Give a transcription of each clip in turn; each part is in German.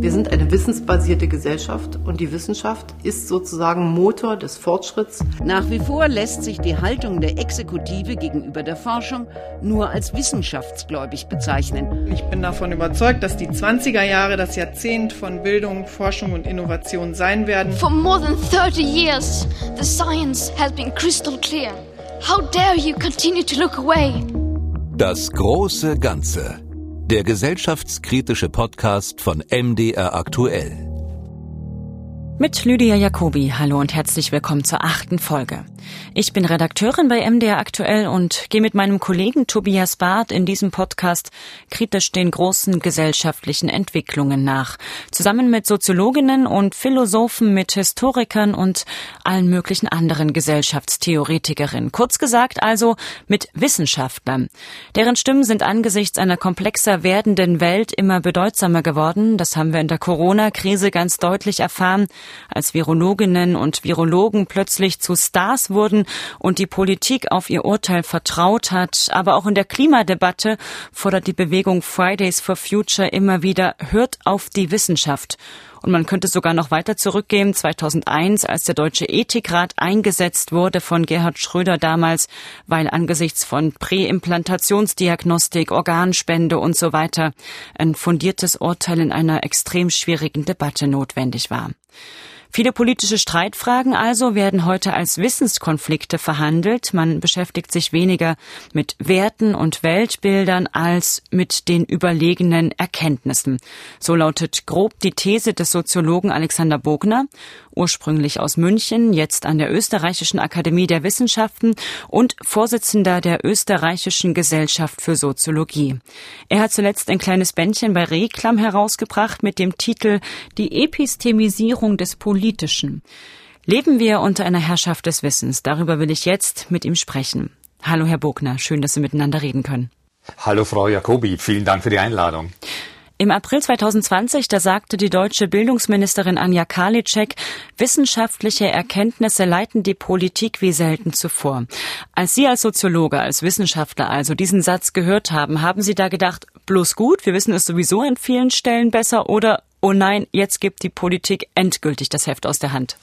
Wir sind eine wissensbasierte Gesellschaft und die Wissenschaft ist sozusagen Motor des Fortschritts. Nach wie vor lässt sich die Haltung der Exekutive gegenüber der Forschung nur als wissenschaftsgläubig bezeichnen. Ich bin davon überzeugt, dass die 20er Jahre das Jahrzehnt von Bildung, Forschung und Innovation sein werden. For more than 30 years, the science has been crystal clear. How dare you continue to look away? Das große Ganze. Der gesellschaftskritische Podcast von MDR aktuell. Mit Lydia Jacobi, hallo und herzlich willkommen zur 8. Folge. Ich bin Redakteurin bei MDR aktuell und gehe mit meinem Kollegen Tobias Barth in diesem Podcast kritisch den großen gesellschaftlichen Entwicklungen nach. Zusammen mit Soziologinnen und Philosophen, mit Historikern und allen möglichen anderen Gesellschaftstheoretikerinnen. Kurz gesagt also mit Wissenschaftlern. Deren Stimmen sind angesichts einer komplexer werdenden Welt immer bedeutsamer geworden. Das haben wir in der Corona-Krise ganz deutlich erfahren, als Virologinnen und Virologen plötzlich zu Stars wurden und die Politik auf ihr Urteil vertraut hat. Aber auch in der Klimadebatte fordert die Bewegung Fridays for Future immer wieder: Hört auf die Wissenschaft. Und man könnte sogar noch weiter zurückgehen, 2001, als der Deutsche Ethikrat eingesetzt wurde von Gerhard Schröder damals, weil angesichts von Präimplantationsdiagnostik, Organspende und so weiter ein fundiertes Urteil in einer extrem schwierigen Debatte notwendig war. Viele politische Streitfragen also werden heute als Wissenskonflikte verhandelt. Man beschäftigt sich weniger mit Werten und Weltbildern als mit den überlegenen Erkenntnissen. So lautet grob die These des Soziologen Alexander Bogner, ursprünglich aus München, jetzt an der Österreichischen Akademie der Wissenschaften und Vorsitzender der Österreichischen Gesellschaft für Soziologie. Er hat zuletzt ein kleines Bändchen bei Reklam herausgebracht mit dem Titel »Die Epistemisierung des Politischen«. Leben wir unter einer Herrschaft des Wissens? Darüber will ich jetzt mit ihm sprechen. Hallo Herr Bogner, schön, dass wir miteinander reden können. Hallo Frau Jacobi, vielen Dank für die Einladung. Im April 2020, da sagte die deutsche Bildungsministerin Anja Karliczek, wissenschaftliche Erkenntnisse leiten die Politik wie selten zuvor. Als Sie als Soziologe, als Wissenschaftler also diesen Satz gehört haben, haben Sie da gedacht, bloß gut, wir wissen es sowieso an vielen Stellen besser, oder, oh nein, jetzt gibt die Politik endgültig das Heft aus der Hand?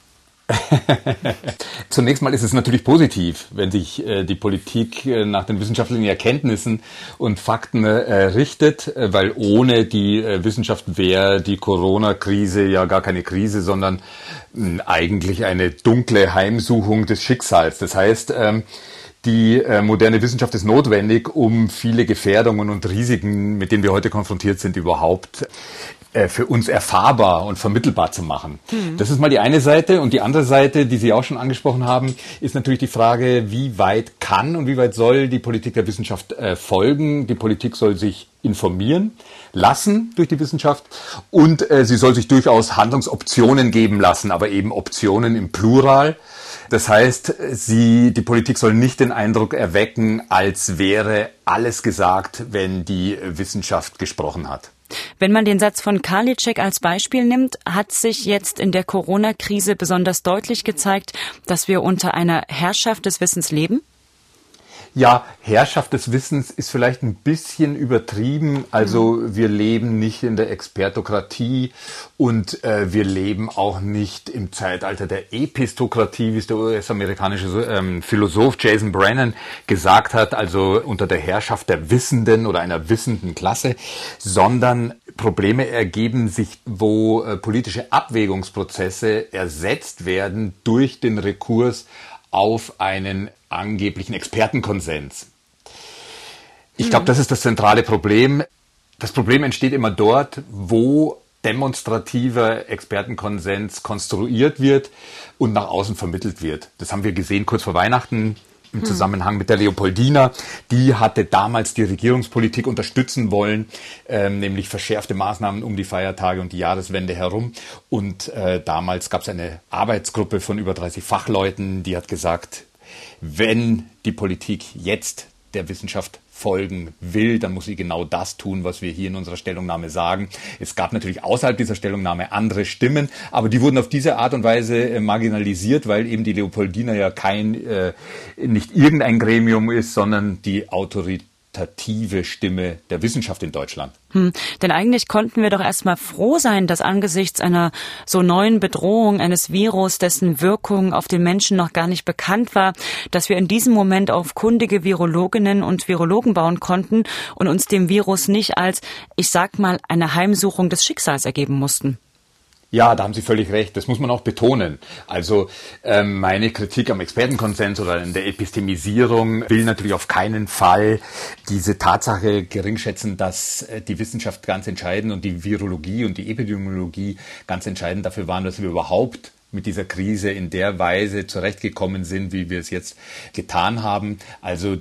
Zunächst mal ist es natürlich positiv, wenn sich die Politik nach den wissenschaftlichen Erkenntnissen und Fakten richtet, weil ohne die Wissenschaft wäre die Corona-Krise ja gar keine Krise, sondern eigentlich eine dunkle Heimsuchung des Schicksals. Das heißt, die moderne Wissenschaft ist notwendig, um viele Gefährdungen und Risiken, mit denen wir heute konfrontiert sind, überhaupt für uns erfahrbar und vermittelbar zu machen. Das ist mal die eine Seite. Und die andere Seite, die Sie auch schon angesprochen haben, ist natürlich die Frage, wie weit kann und wie weit soll die Politik der Wissenschaft folgen. Die Politik soll sich informieren lassen durch die Wissenschaft und sie soll sich durchaus Handlungsoptionen geben lassen, aber eben Optionen im Plural. Das heißt, die Politik soll nicht den Eindruck erwecken, als wäre alles gesagt, wenn die Wissenschaft gesprochen hat. Wenn man den Satz von Karliczek als Beispiel nimmt, hat sich jetzt in der Corona-Krise besonders deutlich gezeigt, dass wir unter einer Herrschaft des Wissens leben? Ja, Herrschaft des Wissens ist vielleicht ein bisschen übertrieben. Also wir leben nicht in der Expertokratie und wir leben auch nicht im Zeitalter der Epistokratie, wie es der US-amerikanische Philosoph Jason Brennan gesagt hat, also unter der Herrschaft der Wissenden oder einer wissenden Klasse, sondern Probleme ergeben sich, wo politische Abwägungsprozesse ersetzt werden durch den Rekurs auf einen angeblichen Expertenkonsens. Ich glaube, das ist das zentrale Problem. Das Problem entsteht immer dort, wo demonstrativer Expertenkonsens konstruiert wird und nach außen vermittelt wird. Das haben wir gesehen kurz vor Weihnachten im Zusammenhang mit der Leopoldina. Die hatte damals die Regierungspolitik unterstützen wollen, nämlich verschärfte Maßnahmen um die Feiertage und die Jahreswende herum. Und damals gab es eine Arbeitsgruppe von über 30 Fachleuten, die hat gesagt, wenn die Politik jetzt der Wissenschaft folgen will, dann muss sie genau das tun, was wir hier in unserer Stellungnahme sagen. Es gab natürlich außerhalb dieser Stellungnahme andere Stimmen, aber die wurden auf diese Art und Weise marginalisiert, weil eben die Leopoldina ja nicht irgendein Gremium ist, sondern die Autorität repräsentative Stimme der Wissenschaft in Deutschland. Denn eigentlich konnten wir doch erstmal froh sein, dass angesichts einer so neuen Bedrohung eines Virus, dessen Wirkung auf den Menschen noch gar nicht bekannt war, dass wir in diesem Moment auf kundige Virologinnen und Virologen bauen konnten und uns dem Virus nicht als, ich sag mal, eine Heimsuchung des Schicksals ergeben mussten. Ja, da haben Sie völlig recht. Das muss man auch betonen. Also meine Kritik am Expertenkonsens oder in der Epistemisierung will natürlich auf keinen Fall diese Tatsache geringschätzen, dass die Wissenschaft ganz entscheidend und die Virologie und die Epidemiologie ganz entscheidend dafür waren, dass wir überhaupt mit dieser Krise in der Weise zurechtgekommen sind, wie wir es jetzt getan haben. Also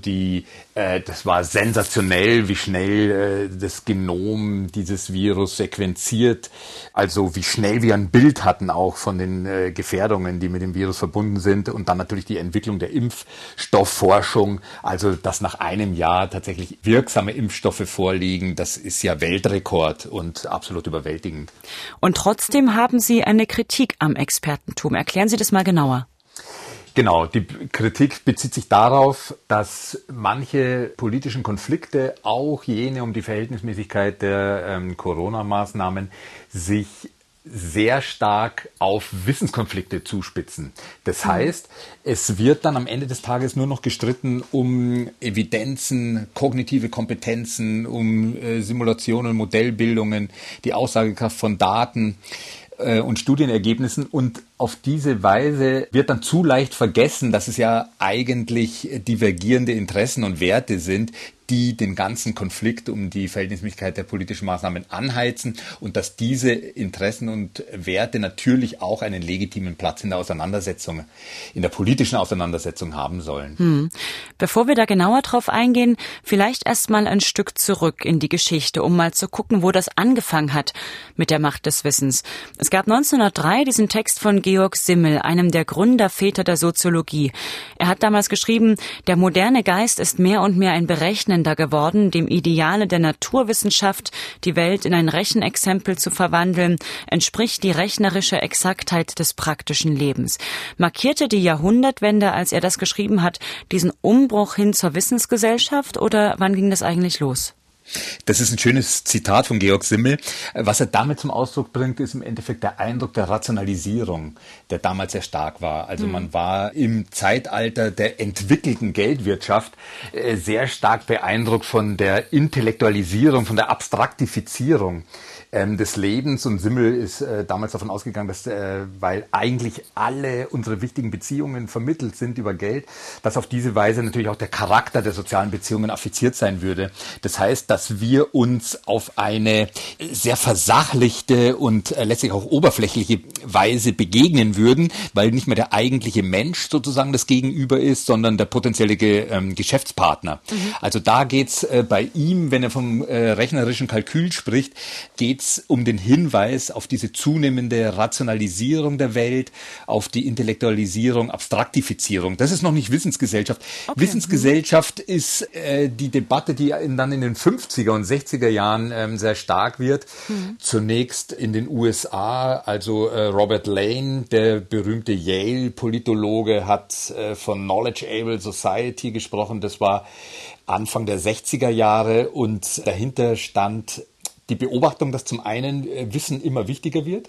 das war sensationell, wie schnell das Genom dieses Virus sequenziert, also wie schnell wir ein Bild hatten auch von den Gefährdungen, die mit dem Virus verbunden sind, und dann natürlich die Entwicklung der Impfstoffforschung, also dass nach einem Jahr tatsächlich wirksame Impfstoffe vorliegen, das ist ja Weltrekord und absolut überwältigend. Und trotzdem haben Sie eine Kritik am Expertentum. Erklären Sie das mal genauer. Genau, die Kritik bezieht sich darauf, dass manche politischen Konflikte, auch jene um die Verhältnismäßigkeit der Corona-Maßnahmen, sich sehr stark auf Wissenskonflikte zuspitzen. Das heißt, es wird dann am Ende des Tages nur noch gestritten um Evidenzen, kognitive Kompetenzen, um Simulationen, Modellbildungen, die Aussagekraft von Daten und Studienergebnissen, und auf diese Weise wird dann zu leicht vergessen, dass es ja eigentlich divergierende Interessen und Werte sind, die den ganzen Konflikt um die Verhältnismäßigkeit der politischen Maßnahmen anheizen, und dass diese Interessen und Werte natürlich auch einen legitimen Platz in der Auseinandersetzung, in der politischen Auseinandersetzung haben sollen. Bevor wir da genauer drauf eingehen, vielleicht erst mal ein Stück zurück in die Geschichte, um mal zu gucken, wo das angefangen hat mit der Macht des Wissens. Es gab 1903 diesen Text von Georg Simmel, einem der Gründerväter der Soziologie. Er hat damals geschrieben, der moderne Geist ist mehr und mehr ein berechnender geworden, dem Ideale der Naturwissenschaft, die Welt in ein Rechenexempel zu verwandeln, entspricht die rechnerische Exaktheit des praktischen Lebens. Markierte die Jahrhundertwende, als er das geschrieben hat, diesen Umbruch hin zur Wissensgesellschaft, oder wann ging das eigentlich los? Das ist ein schönes Zitat von Georg Simmel. Was er damit zum Ausdruck bringt, ist im Endeffekt der Eindruck der Rationalisierung, der damals sehr stark war. Also man war im Zeitalter der entwickelten Geldwirtschaft sehr stark beeindruckt von der Intellektualisierung, von der Abstraktifizierung des Lebens. Und Simmel ist damals davon ausgegangen, dass, weil eigentlich alle unsere wichtigen Beziehungen vermittelt sind über Geld, dass auf diese Weise natürlich auch der Charakter der sozialen Beziehungen affiziert sein würde. Das heißt, dass wir uns auf eine sehr versachlichte und letztlich auch oberflächliche Weise begegnen würden, weil nicht mehr der eigentliche Mensch sozusagen das Gegenüber ist, sondern der potenzielle Geschäftspartner. Also da geht's bei ihm, wenn er vom rechnerischen Kalkül spricht, geht's um den Hinweis auf diese zunehmende Rationalisierung der Welt, auf die Intellektualisierung, Abstraktifizierung. Das ist noch nicht Wissensgesellschaft. Okay. Wissensgesellschaft ist die Debatte, die dann in den 50er und 60er Jahren sehr stark wird. Zunächst in den USA, also Robert Lane, der berühmte Yale-Politologe, hat von Knowledge-Able Society gesprochen. Das war Anfang der 60er Jahre, und dahinter stand die Beobachtung, dass zum einen Wissen immer wichtiger wird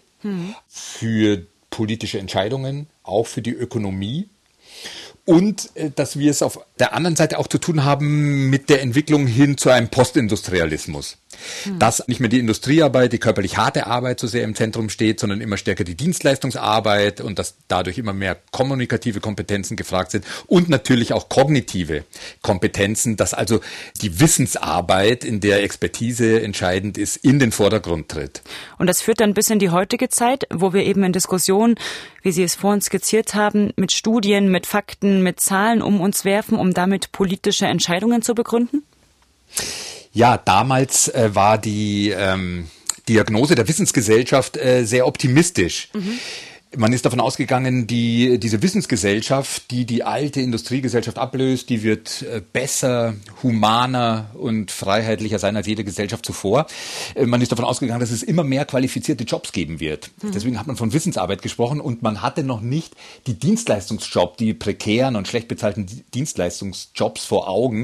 für politische Entscheidungen, auch für die Ökonomie, und dass wir es auf der anderen Seite auch zu tun haben mit der Entwicklung hin zu einem Postindustrialismus. Dass nicht mehr die Industriearbeit, die körperlich harte Arbeit so sehr im Zentrum steht, sondern immer stärker die Dienstleistungsarbeit, und dass dadurch immer mehr kommunikative Kompetenzen gefragt sind und natürlich auch kognitive Kompetenzen, dass also die Wissensarbeit, in der Expertise entscheidend ist, in den Vordergrund tritt. Und das führt dann bis in die heutige Zeit, wo wir eben in Diskussionen, wie Sie es vorhin skizziert haben, mit Studien, mit Fakten, mit Zahlen um uns werfen, um damit politische Entscheidungen zu begründen? Ja, damals war die Diagnose der Wissensgesellschaft sehr optimistisch. Man ist davon ausgegangen, diese Wissensgesellschaft, die alte Industriegesellschaft ablöst, die wird besser, humaner und freiheitlicher sein als jede Gesellschaft zuvor. Man ist davon ausgegangen, dass es immer mehr qualifizierte Jobs geben wird. Deswegen hat man von Wissensarbeit gesprochen, und man hatte noch nicht die Dienstleistungsjobs, die prekären und schlecht bezahlten Dienstleistungsjobs vor Augen,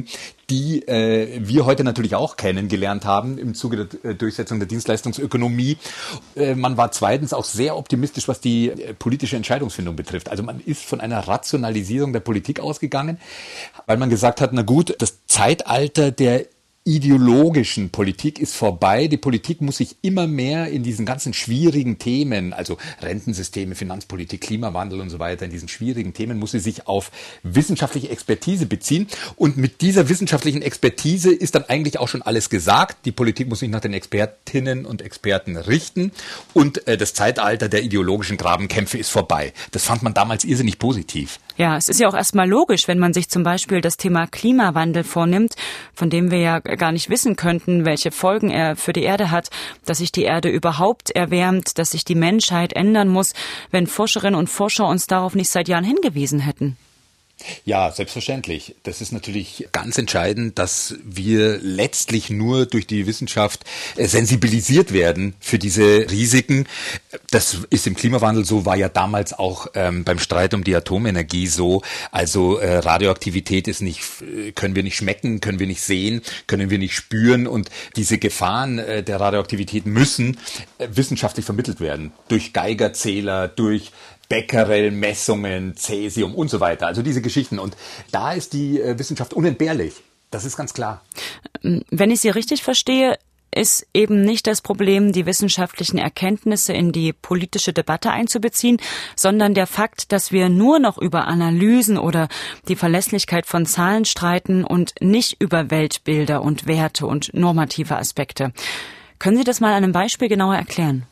die wir heute natürlich auch kennengelernt haben im Zuge der Durchsetzung der Dienstleistungsökonomie. Man war zweitens auch sehr optimistisch, was die politische Entscheidungsfindung betrifft. Also man ist von einer Rationalisierung der Politik ausgegangen, weil man gesagt hat, na gut, das Zeitalter der ideologischen Politik ist vorbei. Die Politik muss sich immer mehr in diesen ganzen schwierigen Themen, also Rentensysteme, Finanzpolitik, Klimawandel und so weiter, in diesen schwierigen Themen muss sie sich auf wissenschaftliche Expertise beziehen. Und mit dieser wissenschaftlichen Expertise ist dann eigentlich auch schon alles gesagt. Die Politik muss sich nach den Expertinnen und Experten richten und das Zeitalter der ideologischen Grabenkämpfe ist vorbei. Das fand man damals irrsinnig positiv. Ja, es ist ja auch erstmal logisch, wenn man sich zum Beispiel das Thema Klimawandel vornimmt, von dem wir ja gar nicht wissen könnten, welche Folgen er für die Erde hat, dass sich die Erde überhaupt erwärmt, dass sich die Menschheit ändern muss, wenn Forscherinnen und Forscher uns darauf nicht seit Jahren hingewiesen hätten. Ja, selbstverständlich. Das ist natürlich ganz entscheidend, dass wir letztlich nur durch die Wissenschaft sensibilisiert werden für diese Risiken. Das ist im Klimawandel so, war ja damals auch beim Streit um die Atomenergie so. Also Radioaktivität ist nicht, können wir nicht schmecken, können wir nicht sehen, können wir nicht spüren und diese Gefahren der Radioaktivität müssen wissenschaftlich vermittelt werden. Durch Geigerzähler, durch Becquerel-Messungen, Cäsium und so weiter. Also diese Geschichten. Und da ist die Wissenschaft unentbehrlich. Das ist ganz klar. Wenn ich Sie richtig verstehe, ist eben nicht das Problem, die wissenschaftlichen Erkenntnisse in die politische Debatte einzubeziehen, sondern der Fakt, dass wir nur noch über Analysen oder die Verlässlichkeit von Zahlen streiten und nicht über Weltbilder und Werte und normative Aspekte. Können Sie das mal an einem Beispiel genauer erklären?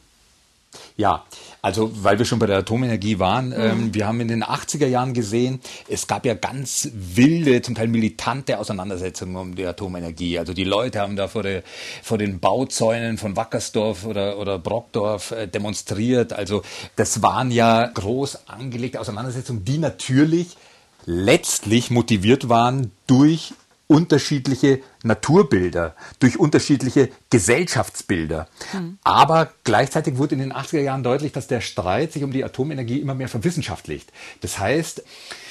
Ja, also weil wir schon bei der Atomenergie waren, wir haben in den 80er Jahren gesehen, es gab ja ganz wilde, zum Teil militante Auseinandersetzungen um die Atomenergie. Also die Leute haben da vor den Bauzäunen von Wackersdorf oder Brockdorf demonstriert. Also das waren ja groß angelegte Auseinandersetzungen, die natürlich letztlich motiviert waren durch unterschiedliche Naturbilder, durch unterschiedliche Gesellschaftsbilder. Aber gleichzeitig wurde in den 80er Jahren deutlich, dass der Streit sich um die Atomenergie immer mehr verwissenschaftlicht. Das heißt,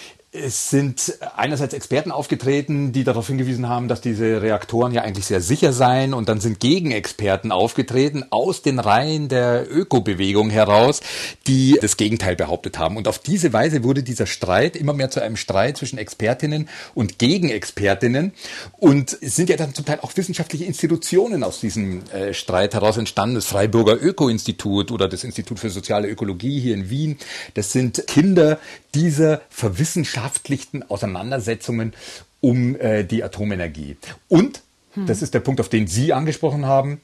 es sind einerseits Experten aufgetreten, die darauf hingewiesen haben, dass diese Reaktoren ja eigentlich sehr sicher seien. Und dann sind Gegenexperten aufgetreten aus den Reihen der Ökobewegung heraus, die das Gegenteil behauptet haben. Und auf diese Weise wurde dieser Streit immer mehr zu einem Streit zwischen Expertinnen und Gegenexpertinnen. Und es sind ja dann zum Teil auch wissenschaftliche Institutionen aus diesem Streit heraus entstanden. Das Freiburger Öko-Institut oder das Institut für soziale Ökologie hier in Wien. Das sind Kinder dieser verwissenschaftlichten Auseinandersetzungen um die Atomenergie. Und, das ist der Punkt, auf den Sie angesprochen haben,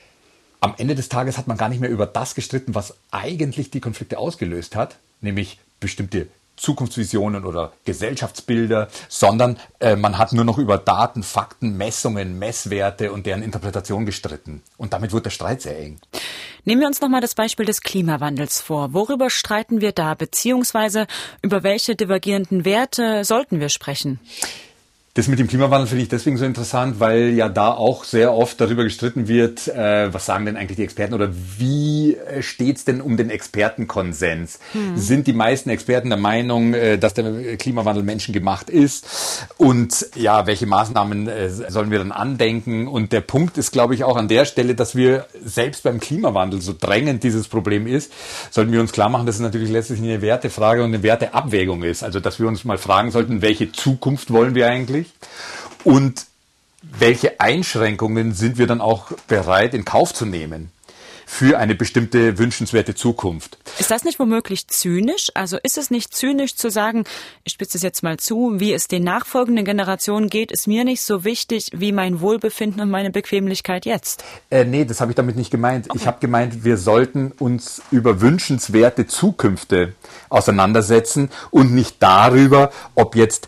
am Ende des Tages hat man gar nicht mehr über das gestritten, was eigentlich die Konflikte ausgelöst hat, nämlich bestimmte Zukunftsvisionen oder Gesellschaftsbilder, sondern man hat nur noch über Daten, Fakten, Messungen, Messwerte und deren Interpretation gestritten. Und damit wird der Streit sehr eng. Nehmen wir uns nochmal das Beispiel des Klimawandels vor. Worüber streiten wir da, beziehungsweise über welche divergierenden Werte sollten wir sprechen? Das mit dem Klimawandel finde ich deswegen so interessant, weil ja da auch sehr oft darüber gestritten wird, was sagen denn eigentlich die Experten oder wie steht's denn um den Expertenkonsens? Sind die meisten Experten der Meinung, dass der Klimawandel menschengemacht ist? Und ja, welche Maßnahmen sollen wir dann andenken? Und der Punkt ist, glaube ich, auch an der Stelle, dass wir selbst beim Klimawandel, so drängend dieses Problem ist, sollten wir uns klar machen, dass es natürlich letztlich eine Wertefrage und eine Werteabwägung ist. Also, dass wir uns mal fragen sollten, welche Zukunft wollen wir eigentlich? Und welche Einschränkungen sind wir dann auch bereit in Kauf zu nehmen für eine bestimmte wünschenswerte Zukunft? Ist das nicht womöglich zynisch? Also ist es nicht zynisch zu sagen, ich spitze es jetzt mal zu, wie es den nachfolgenden Generationen geht, ist mir nicht so wichtig wie mein Wohlbefinden und meine Bequemlichkeit jetzt? Nee, das habe ich damit nicht gemeint. Okay. Ich habe gemeint, wir sollten uns über wünschenswerte Zukünfte auseinandersetzen und nicht darüber, ob jetzt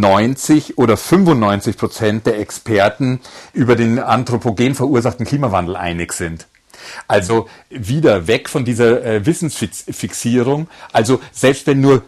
90 oder 95% der Experten über den anthropogen verursachten Klimawandel einig sind. Also wieder weg von dieser Wissensfixierung. Also selbst wenn nur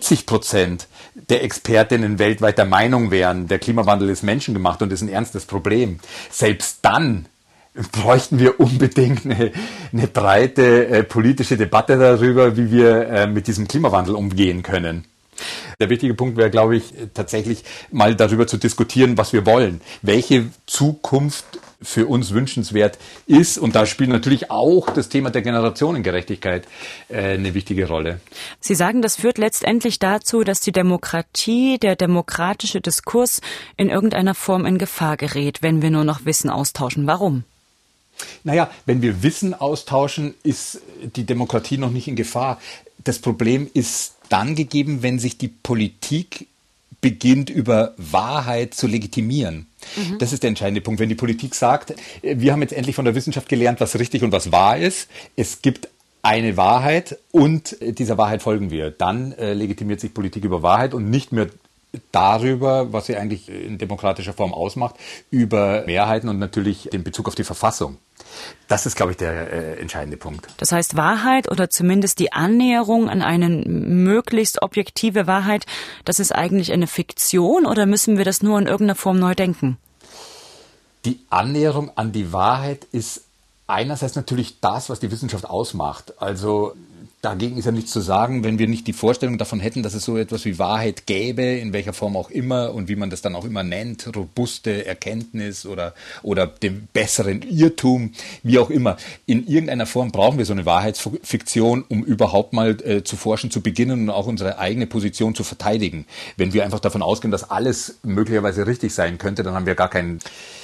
40% der Expertinnen weltweit der Meinung wären, der Klimawandel ist menschengemacht und ist ein ernstes Problem, selbst dann bräuchten wir unbedingt eine breite politische Debatte darüber, wie wir mit diesem Klimawandel umgehen können. Der wichtige Punkt wäre, glaube ich, tatsächlich mal darüber zu diskutieren, was wir wollen. Welche Zukunft für uns wünschenswert ist. Und da spielt natürlich auch das Thema der Generationengerechtigkeit eine wichtige Rolle. Sie sagen, das führt letztendlich dazu, dass die Demokratie, der demokratische Diskurs in irgendeiner Form in Gefahr gerät, wenn wir nur noch Wissen austauschen. Warum? Naja, wenn wir Wissen austauschen, ist die Demokratie noch nicht in Gefahr. Das Problem ist dann gegeben, wenn sich die Politik beginnt, über Wahrheit zu legitimieren. Das ist der entscheidende Punkt. Wenn die Politik sagt, wir haben jetzt endlich von der Wissenschaft gelernt, was richtig und was wahr ist, es gibt eine Wahrheit und dieser Wahrheit folgen wir, dann legitimiert sich Politik über Wahrheit und nicht mehr darüber, was sie eigentlich in demokratischer Form ausmacht, über Mehrheiten und natürlich den Bezug auf die Verfassung. Das ist, glaube ich, der entscheidende Punkt. Das heißt, Wahrheit oder zumindest die Annäherung an eine möglichst objektive Wahrheit, das ist eigentlich eine Fiktion oder müssen wir das nur in irgendeiner Form neu denken? Die Annäherung an die Wahrheit ist einerseits natürlich das, was die Wissenschaft ausmacht. Also dagegen ist ja nichts zu sagen, wenn wir nicht die Vorstellung davon hätten, dass es so etwas wie Wahrheit gäbe, in welcher Form auch immer und wie man das dann auch immer nennt, robuste Erkenntnis oder dem besseren Irrtum, wie auch immer. In irgendeiner Form brauchen wir so eine Wahrheitsfiktion, um überhaupt mal zu forschen, zu beginnen und auch unsere eigene Position zu verteidigen. Wenn wir einfach davon ausgehen, dass alles möglicherweise richtig sein könnte, dann haben wir gar keinen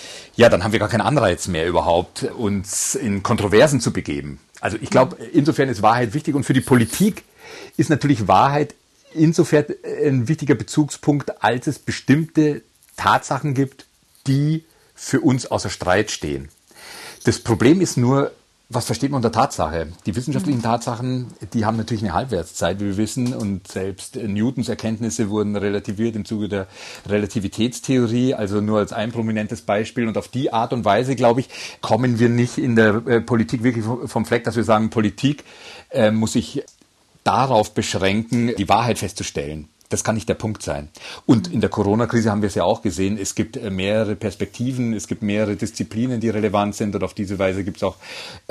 Anreiz mehr überhaupt, uns in Kontroversen zu begeben. Also ich glaube, insofern ist Wahrheit wichtig und für die Politik ist natürlich Wahrheit insofern ein wichtiger Bezugspunkt, als es bestimmte Tatsachen gibt, die für uns außer Streit stehen. Das Problem ist nur, was versteht man unter Tatsache? Die wissenschaftlichen Tatsachen, die haben natürlich eine Halbwertszeit, wie wir wissen, und selbst Newtons Erkenntnisse wurden relativiert im Zuge der Relativitätstheorie, also nur als ein prominentes Beispiel. Und auf die Art und Weise, glaube ich, kommen wir nicht in der Politik wirklich vom Fleck, dass wir sagen, Politik muss sich darauf beschränken, die Wahrheit festzustellen. Das kann nicht der Punkt sein. Und in der Corona-Krise haben wir es ja auch gesehen, es gibt mehrere Perspektiven, es gibt mehrere Disziplinen, die relevant sind und auf diese Weise gibt es auch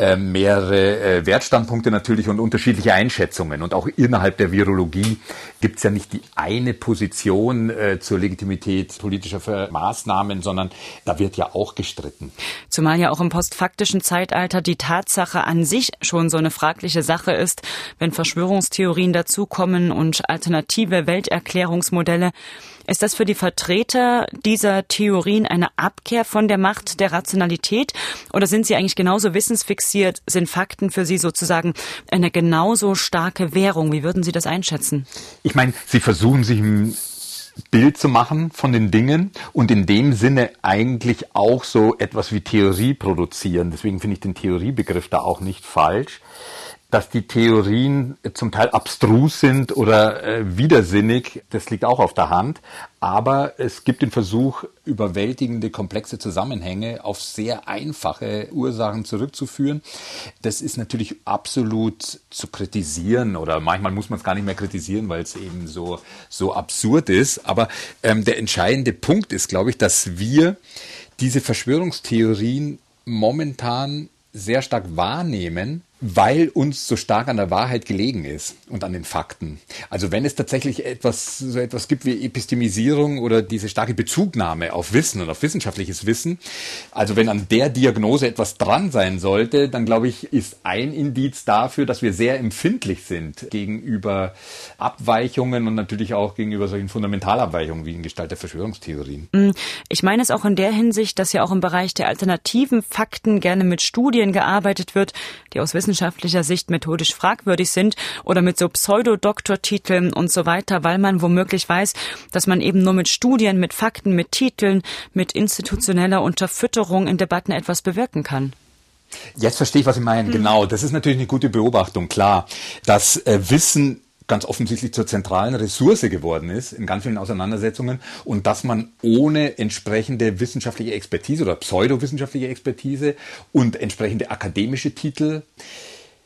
mehrere Wertstandpunkte natürlich und unterschiedliche Einschätzungen. Und auch innerhalb der Virologie gibt es ja nicht die eine Position zur Legitimität politischer Maßnahmen, sondern da wird ja auch gestritten. Zumal ja auch im postfaktischen Zeitalter die Tatsache an sich schon so eine fragliche Sache ist, wenn Verschwörungstheorien dazukommen und alternative Welterklärungsmodelle. Ist das für die Vertreter dieser Theorien eine Abkehr von der Macht der Rationalität oder sind sie eigentlich genauso wissensfixiert, sind Fakten für sie sozusagen eine genauso starke Währung? Wie würden Sie das einschätzen? Ich meine, Sie versuchen sich ein Bild zu machen von den Dingen und in dem Sinne eigentlich auch so etwas wie Theorie produzieren. Deswegen finde ich den Theoriebegriff da auch nicht falsch. Dass die Theorien zum Teil abstrus sind oder widersinnig, das liegt auch auf der Hand. Aber es gibt den Versuch, überwältigende, komplexe Zusammenhänge auf sehr einfache Ursachen zurückzuführen. Das ist natürlich absolut zu kritisieren oder manchmal muss man es gar nicht mehr kritisieren, weil es eben so absurd ist. Aber der entscheidende Punkt ist, glaube ich, dass wir diese Verschwörungstheorien momentan sehr stark wahrnehmen, weil uns so stark an der Wahrheit gelegen ist und an den Fakten. Also wenn es tatsächlich so etwas gibt wie Epistemisierung oder diese starke Bezugnahme auf Wissen und auf wissenschaftliches Wissen, also wenn an der Diagnose etwas dran sein sollte, dann glaube ich, ist ein Indiz dafür, dass wir sehr empfindlich sind gegenüber Abweichungen und natürlich auch gegenüber solchen Fundamentalabweichungen wie in Gestalt der Verschwörungstheorien. Ich meine es auch in der Hinsicht, dass ja auch im Bereich der alternativen Fakten gerne mit Studien gearbeitet wird, die aus wissenschaftlicher Sicht methodisch fragwürdig sind oder mit so Pseudodoktortiteln und so weiter, weil man womöglich weiß, dass man eben nur mit Studien, mit Fakten, mit Titeln, mit institutioneller Unterfütterung in Debatten etwas bewirken kann. Jetzt verstehe ich, was Sie meinen. Genau, das ist natürlich eine gute Beobachtung, klar, dass Wissen ganz offensichtlich zur zentralen Ressource geworden ist in ganz vielen Auseinandersetzungen und dass man ohne entsprechende wissenschaftliche Expertise oder pseudowissenschaftliche Expertise und entsprechende akademische Titel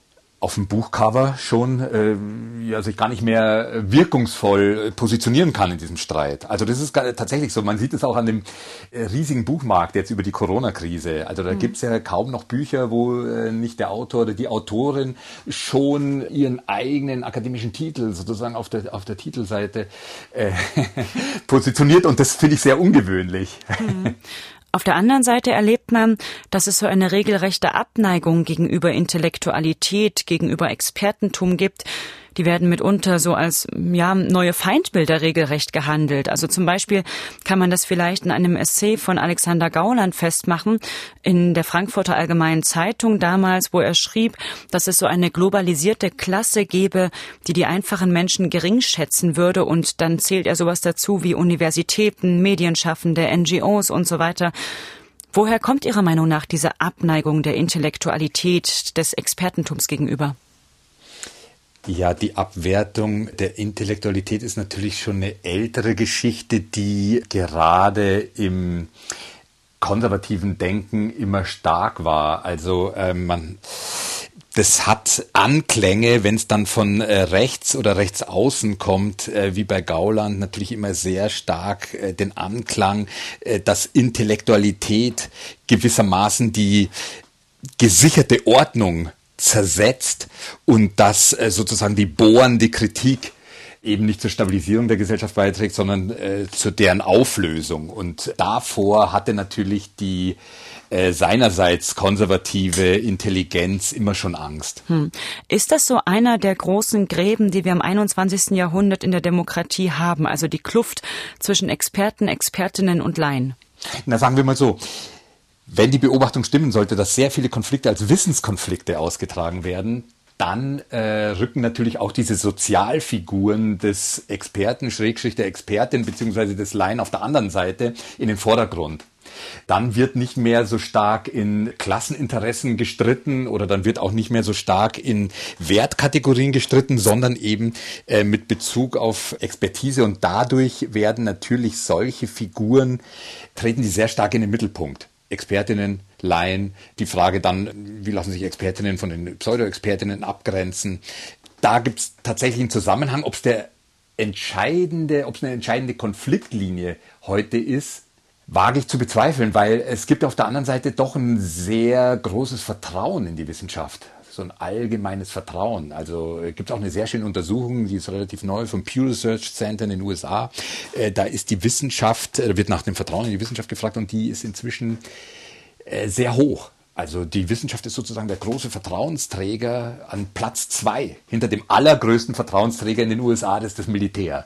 auf dem Buchcover schon sich gar nicht mehr wirkungsvoll positionieren kann in diesem Streit. Also das ist tatsächlich so. Man sieht es auch an dem riesigen Buchmarkt jetzt über die Corona-Krise. Also da gibt's ja kaum noch Bücher, wo nicht der Autor oder die Autorin schon ihren eigenen akademischen Titel sozusagen auf der Titelseite positioniert. Und das finde ich sehr ungewöhnlich. Mhm. Auf der anderen Seite erlebt man, dass es so eine regelrechte Abneigung gegenüber Intellektualität, gegenüber Expertentum gibt. Die werden mitunter so als neue Feindbilder regelrecht gehandelt. Also zum Beispiel kann man das vielleicht in einem Essay von Alexander Gauland festmachen, in der Frankfurter Allgemeinen Zeitung damals, wo er schrieb, dass es so eine globalisierte Klasse gäbe, die einfachen Menschen gering schätzen würde. Und dann zählt er sowas dazu wie Universitäten, Medienschaffende, NGOs und so weiter. Woher kommt Ihrer Meinung nach diese Abneigung der Intellektualität, des Expertentums gegenüber? Ja, die Abwertung der Intellektualität ist natürlich schon eine ältere Geschichte, die gerade im konservativen Denken immer stark war. Also das hat Anklänge, wenn es dann von rechts oder rechts außen kommt, wie bei Gauland, natürlich immer sehr stark den Anklang, dass Intellektualität gewissermaßen die gesicherte Ordnung zersetzt und dass sozusagen die bohrende Kritik eben nicht zur Stabilisierung der Gesellschaft beiträgt, sondern zu deren Auflösung. Und davor hatte natürlich die seinerseits konservative Intelligenz immer schon Angst. Ist das so einer der großen Gräben, die wir im 21. Jahrhundert in der Demokratie haben, also die Kluft zwischen Experten, Expertinnen und Laien? Na, sagen wir mal so. Wenn die Beobachtung stimmen sollte, dass sehr viele Konflikte als Wissenskonflikte ausgetragen werden, dann rücken natürlich auch diese Sozialfiguren des Experten, / der Expertin bzw. des Laien auf der anderen Seite in den Vordergrund. Dann wird nicht mehr so stark in Klasseninteressen gestritten oder dann wird auch nicht mehr so stark in Wertkategorien gestritten, sondern eben mit Bezug auf Expertise. Und dadurch werden natürlich solche Figuren, treten die sehr stark in den Mittelpunkt. Expertinnen, Laien, die Frage dann, wie lassen sich Expertinnen von den Pseudo-Expertinnen abgrenzen. Da gibt es tatsächlich einen Zusammenhang, ob es eine entscheidende Konfliktlinie heute ist, wage ich zu bezweifeln, weil es gibt auf der anderen Seite doch ein sehr großes Vertrauen in die Wissenschaft. So ein allgemeines Vertrauen. Also gibt es auch eine sehr schöne Untersuchung, die ist relativ neu, vom Pew Research Center in den USA. Da ist die Wissenschaft, wird nach dem Vertrauen in die Wissenschaft gefragt und die ist inzwischen sehr hoch. Also die Wissenschaft ist sozusagen der große Vertrauensträger an Platz 2. Hinter dem allergrößten Vertrauensträger in den USA, das ist das Militär.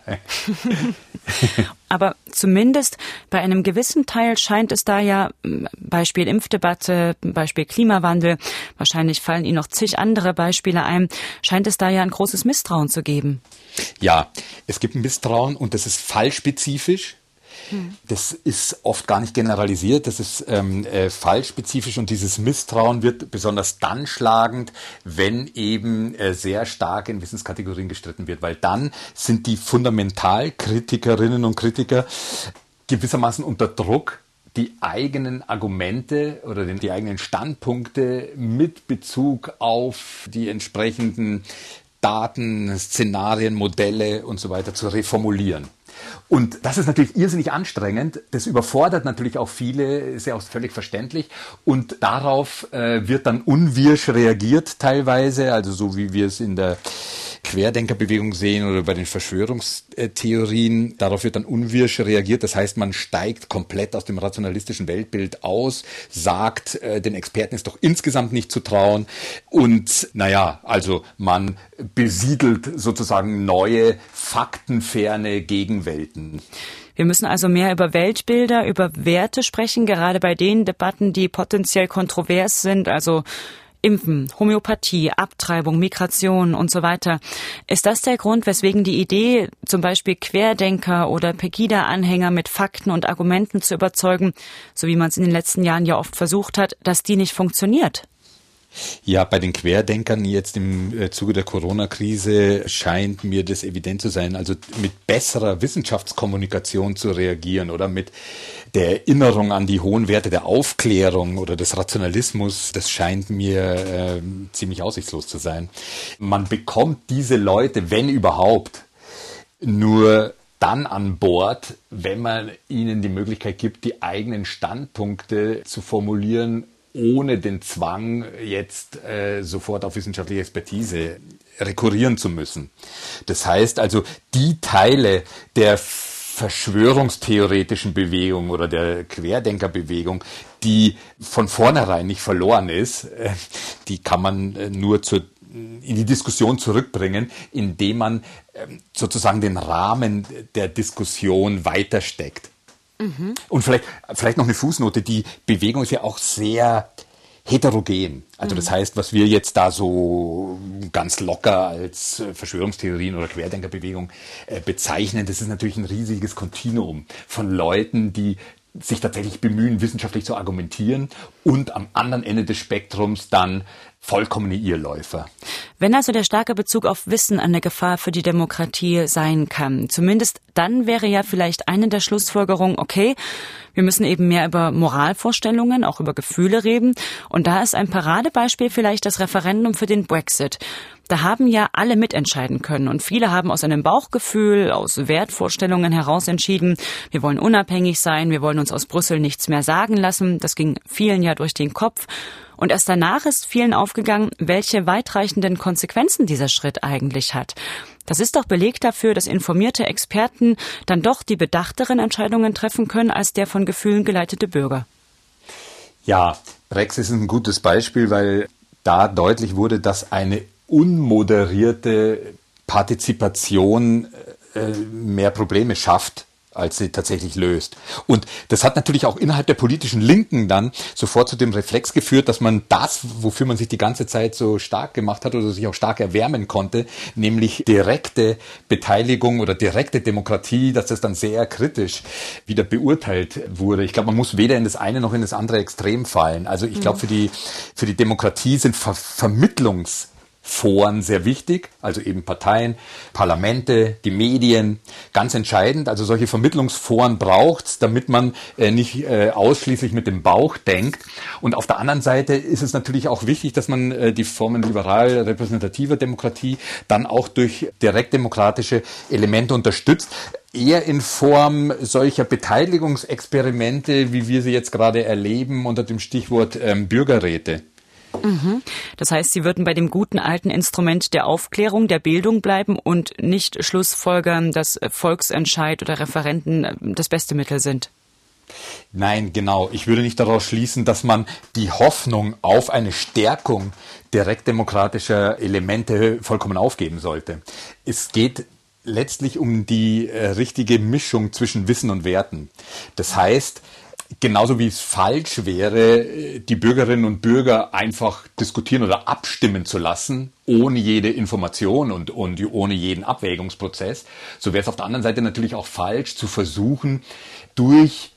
Aber zumindest bei einem gewissen Teil scheint es da ja, Beispiel Impfdebatte, Beispiel Klimawandel, wahrscheinlich fallen Ihnen noch zig andere Beispiele ein, scheint es da ja ein großes Misstrauen zu geben. Ja, es gibt ein Misstrauen und das ist fallspezifisch. Das ist oft gar nicht generalisiert, das ist fallspezifisch und dieses Misstrauen wird besonders dann schlagend, wenn eben sehr stark in Wissenskategorien gestritten wird, weil dann sind die Fundamentalkritikerinnen und Kritiker gewissermaßen unter Druck, die eigenen Argumente oder die eigenen Standpunkte mit Bezug auf die entsprechenden Daten, Szenarien, Modelle und so weiter zu reformulieren. Und das ist natürlich irrsinnig anstrengend. Das überfordert natürlich auch viele, ist ja auch völlig verständlich. Und darauf wird dann unwirsch reagiert teilweise, also so wie wir es in der Querdenkerbewegung sehen oder bei den Verschwörungstheorien. Darauf wird dann unwirsch reagiert. Das heißt, man steigt komplett aus dem rationalistischen Weltbild aus, sagt, den Experten ist doch insgesamt nicht zu trauen. Und also man besiedelt sozusagen neue, faktenferne Gegenwelten. Wir müssen also mehr über Weltbilder, über Werte sprechen, gerade bei den Debatten, die potenziell kontrovers sind, also Impfen, Homöopathie, Abtreibung, Migration und so weiter. Ist das der Grund, weswegen die Idee, zum Beispiel Querdenker oder Pegida-Anhänger mit Fakten und Argumenten zu überzeugen, so wie man es in den letzten Jahren ja oft versucht hat, dass die nicht funktioniert? Ja, bei den Querdenkern jetzt im Zuge der Corona-Krise scheint mir das evident zu sein. Also mit besserer Wissenschaftskommunikation zu reagieren oder mit der Erinnerung an die hohen Werte der Aufklärung oder des Rationalismus, das scheint mir ziemlich aussichtslos zu sein. Man bekommt diese Leute, wenn überhaupt, nur dann an Bord, wenn man ihnen die Möglichkeit gibt, die eigenen Standpunkte zu formulieren, ohne den Zwang, jetzt sofort auf wissenschaftliche Expertise rekurrieren zu müssen. Das heißt also, die Teile der verschwörungstheoretischen Bewegung oder der Querdenkerbewegung, die von vornherein nicht verloren ist, die kann man nur in die Diskussion zurückbringen, indem man sozusagen den Rahmen der Diskussion weitersteckt. Mhm. Und vielleicht noch eine Fußnote, die Bewegung ist ja auch sehr heterogen. Also das heißt, was wir jetzt da so ganz locker als Verschwörungstheorien oder Querdenkerbewegung bezeichnen, das ist natürlich ein riesiges Kontinuum von Leuten, die sich tatsächlich bemühen, wissenschaftlich zu argumentieren und am anderen Ende des Spektrums dann vollkommene Irrläufer. Wenn also der starke Bezug auf Wissen eine Gefahr für die Demokratie sein kann, zumindest dann wäre ja vielleicht eine der Schlussfolgerungen, okay, wir müssen eben mehr über Moralvorstellungen, auch über Gefühle reden. Und da ist ein Paradebeispiel vielleicht das Referendum für den Brexit. Da haben ja alle mitentscheiden können und viele haben aus einem Bauchgefühl, aus Wertvorstellungen heraus entschieden, wir wollen unabhängig sein, wir wollen uns aus Brüssel nichts mehr sagen lassen. Das ging vielen ja durch den Kopf. Und erst danach ist vielen aufgegangen, welche weitreichenden Konsequenzen dieser Schritt eigentlich hat. Das ist doch Beleg dafür, dass informierte Experten dann doch die bedachteren Entscheidungen treffen können als der von Gefühlen geleitete Bürger. Ja, Brexit ist ein gutes Beispiel, weil da deutlich wurde, dass eine unmoderierte Partizipation mehr Probleme schafft, als sie tatsächlich löst. Und das hat natürlich auch innerhalb der politischen Linken dann sofort zu dem Reflex geführt, dass man das, wofür man sich die ganze Zeit so stark gemacht hat oder sich auch stark erwärmen konnte, nämlich direkte Beteiligung oder direkte Demokratie, dass das dann sehr kritisch wieder beurteilt wurde. Ich glaube, man muss weder in das eine noch in das andere Extrem fallen. Also ich glaube, für die Demokratie sind Vermittlungsforen sehr wichtig, also eben Parteien, Parlamente, die Medien, ganz entscheidend. Also solche Vermittlungsforen braucht's, damit man nicht ausschließlich mit dem Bauch denkt. Und auf der anderen Seite ist es natürlich auch wichtig, dass man die Formen liberal-repräsentativer Demokratie dann auch durch direktdemokratische Elemente unterstützt. Eher in Form solcher Beteiligungsexperimente, wie wir sie jetzt gerade erleben, unter dem Stichwort Bürgerräte. Das heißt, Sie würden bei dem guten alten Instrument der Aufklärung, der Bildung bleiben und nicht schlussfolgern, dass Volksentscheid oder Referenden das beste Mittel sind? Nein, genau. Ich würde nicht daraus schließen, dass man die Hoffnung auf eine Stärkung direktdemokratischer Elemente vollkommen aufgeben sollte. Es geht letztlich um die richtige Mischung zwischen Wissen und Werten. Das heißt, genauso wie es falsch wäre, die Bürgerinnen und Bürger einfach diskutieren oder abstimmen zu lassen, ohne jede Information und ohne jeden Abwägungsprozess, so wäre es auf der anderen Seite natürlich auch falsch zu versuchen, durch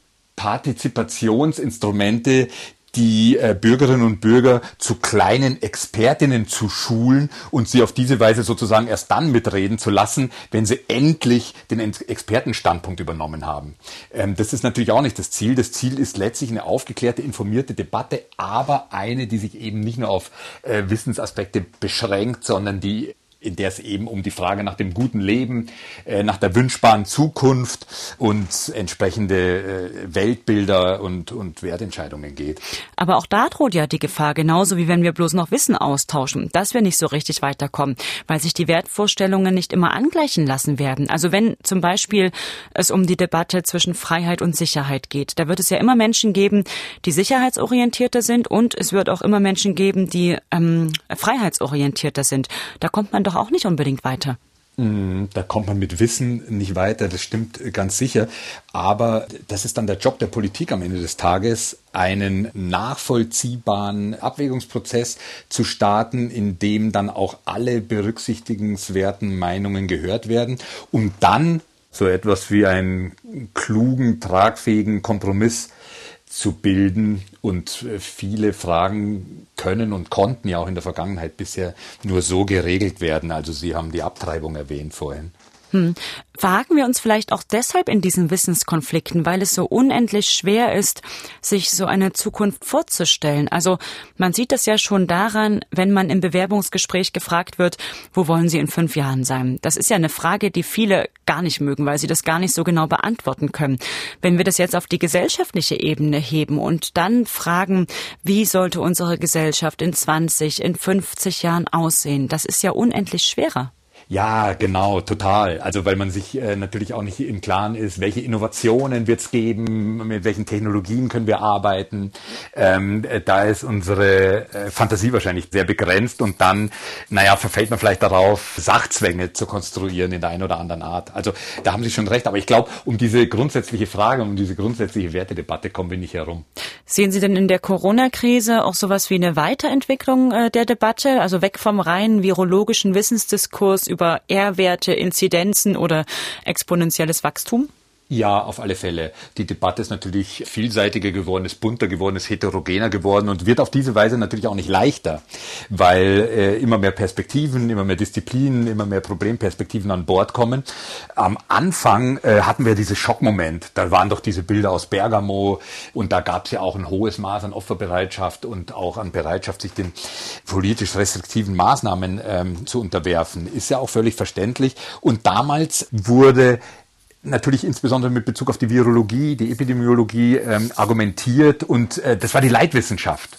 Partizipationsinstrumente die Bürgerinnen und Bürger zu kleinen Expertinnen zu schulen und sie auf diese Weise sozusagen erst dann mitreden zu lassen, wenn sie endlich den Expertenstandpunkt übernommen haben. Das ist natürlich auch nicht das Ziel. Das Ziel ist letztlich eine aufgeklärte, informierte Debatte, aber eine, die sich eben nicht nur auf Wissensaspekte beschränkt, sondern in der es eben um die Frage nach dem guten Leben, nach der wünschbaren Zukunft und entsprechende Weltbilder und Wertentscheidungen geht. Aber auch da droht ja die Gefahr, genauso wie wenn wir bloß noch Wissen austauschen, dass wir nicht so richtig weiterkommen, weil sich die Wertvorstellungen nicht immer angleichen lassen werden. Also wenn zum Beispiel es um die Debatte zwischen Freiheit und Sicherheit geht, da wird es ja immer Menschen geben, die sicherheitsorientierter sind und es wird auch immer Menschen geben, die freiheitsorientierter sind. Da kommt man doch auch nicht unbedingt weiter. Da kommt man mit Wissen nicht weiter, das stimmt ganz sicher. Aber das ist dann der Job der Politik am Ende des Tages, einen nachvollziehbaren Abwägungsprozess zu starten, in dem dann auch alle berücksichtigenswerten Meinungen gehört werden, um dann so etwas wie einen klugen, tragfähigen Kompromiss abzubilden. Und viele Fragen können und konnten ja auch in der Vergangenheit bisher nur so geregelt werden. Also Sie haben die Abtreibung erwähnt vorhin. Wagen wir uns vielleicht auch deshalb in diesen Wissenskonflikten, weil es so unendlich schwer ist, sich so eine Zukunft vorzustellen. Also man sieht das ja schon daran, wenn man im Bewerbungsgespräch gefragt wird, wo wollen Sie in 5 Jahren sein? Das ist ja eine Frage, die viele gar nicht mögen, weil sie das gar nicht so genau beantworten können. Wenn wir das jetzt auf die gesellschaftliche Ebene heben und dann fragen, wie sollte unsere Gesellschaft in 20, in 50 Jahren aussehen, das ist ja unendlich schwerer. Ja, genau, total. Also weil man sich natürlich auch nicht im Klaren ist, welche Innovationen wird es geben, mit welchen Technologien können wir arbeiten. Da ist unsere Fantasie wahrscheinlich sehr begrenzt und dann, verfällt man vielleicht darauf, Sachzwänge zu konstruieren in der einen oder anderen Art. Also da haben Sie schon recht, aber ich glaube, um diese grundsätzliche Frage, um diese grundsätzliche Wertedebatte kommen wir nicht herum. Sehen Sie denn in der Corona-Krise auch sowas wie eine Weiterentwicklung der Debatte, also weg vom reinen virologischen Wissensdiskurs über R-Werte, Inzidenzen oder exponentielles Wachstum? Ja, auf alle Fälle. Die Debatte ist natürlich vielseitiger geworden, ist bunter geworden, ist heterogener geworden und wird auf diese Weise natürlich auch nicht leichter, weil immer mehr Perspektiven, immer mehr Disziplinen, immer mehr Problemperspektiven an Bord kommen. Am Anfang hatten wir diesen Schockmoment. Da waren doch diese Bilder aus Bergamo und da gab es ja auch ein hohes Maß an Opferbereitschaft und auch an Bereitschaft, sich den politisch restriktiven Maßnahmen zu unterwerfen. Ist ja auch völlig verständlich. Und damals wurde natürlich insbesondere mit Bezug auf die Virologie, die Epidemiologie argumentiert und das war die Leitwissenschaft.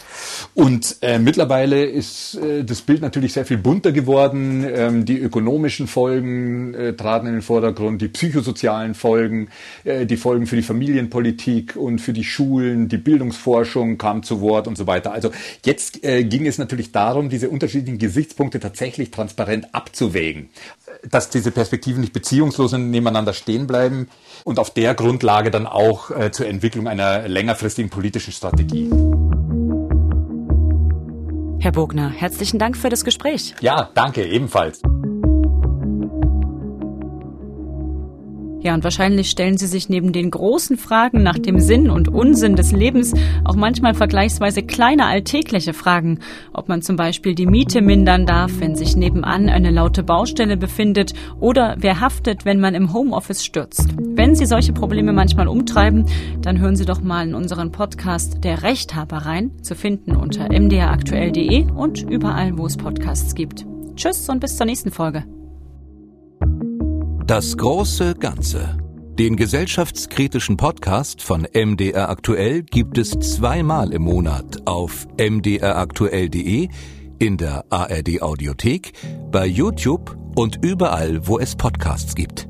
Und mittlerweile ist das Bild natürlich sehr viel bunter geworden. Die ökonomischen Folgen traten in den Vordergrund, die psychosozialen Folgen, die Folgen für die Familienpolitik und für die Schulen, die Bildungsforschung kam zu Wort und so weiter. Also jetzt ging es natürlich darum, diese unterschiedlichen Gesichtspunkte tatsächlich transparent abzuwägen, dass diese Perspektiven nicht beziehungslos nebeneinander stehen bleiben und auf der Grundlage dann auch zur Entwicklung einer längerfristigen politischen Strategie. Herr Bogner, herzlichen Dank für das Gespräch. Ja, danke, ebenfalls. Ja, und wahrscheinlich stellen Sie sich neben den großen Fragen nach dem Sinn und Unsinn des Lebens auch manchmal vergleichsweise kleine alltägliche Fragen, ob man zum Beispiel die Miete mindern darf, wenn sich nebenan eine laute Baustelle befindet oder wer haftet, wenn man im Homeoffice stürzt. Wenn Sie solche Probleme manchmal umtreiben, dann hören Sie doch mal in unseren Podcast Der Rechthaber rein, zu finden unter mdraktuell.de und überall, wo es Podcasts gibt. Tschüss und bis zur nächsten Folge. Das große Ganze. Den gesellschaftskritischen Podcast von MDR Aktuell gibt es 2-mal im Monat auf mdraktuell.de, in der ARD Audiothek, bei YouTube und überall, wo es Podcasts gibt.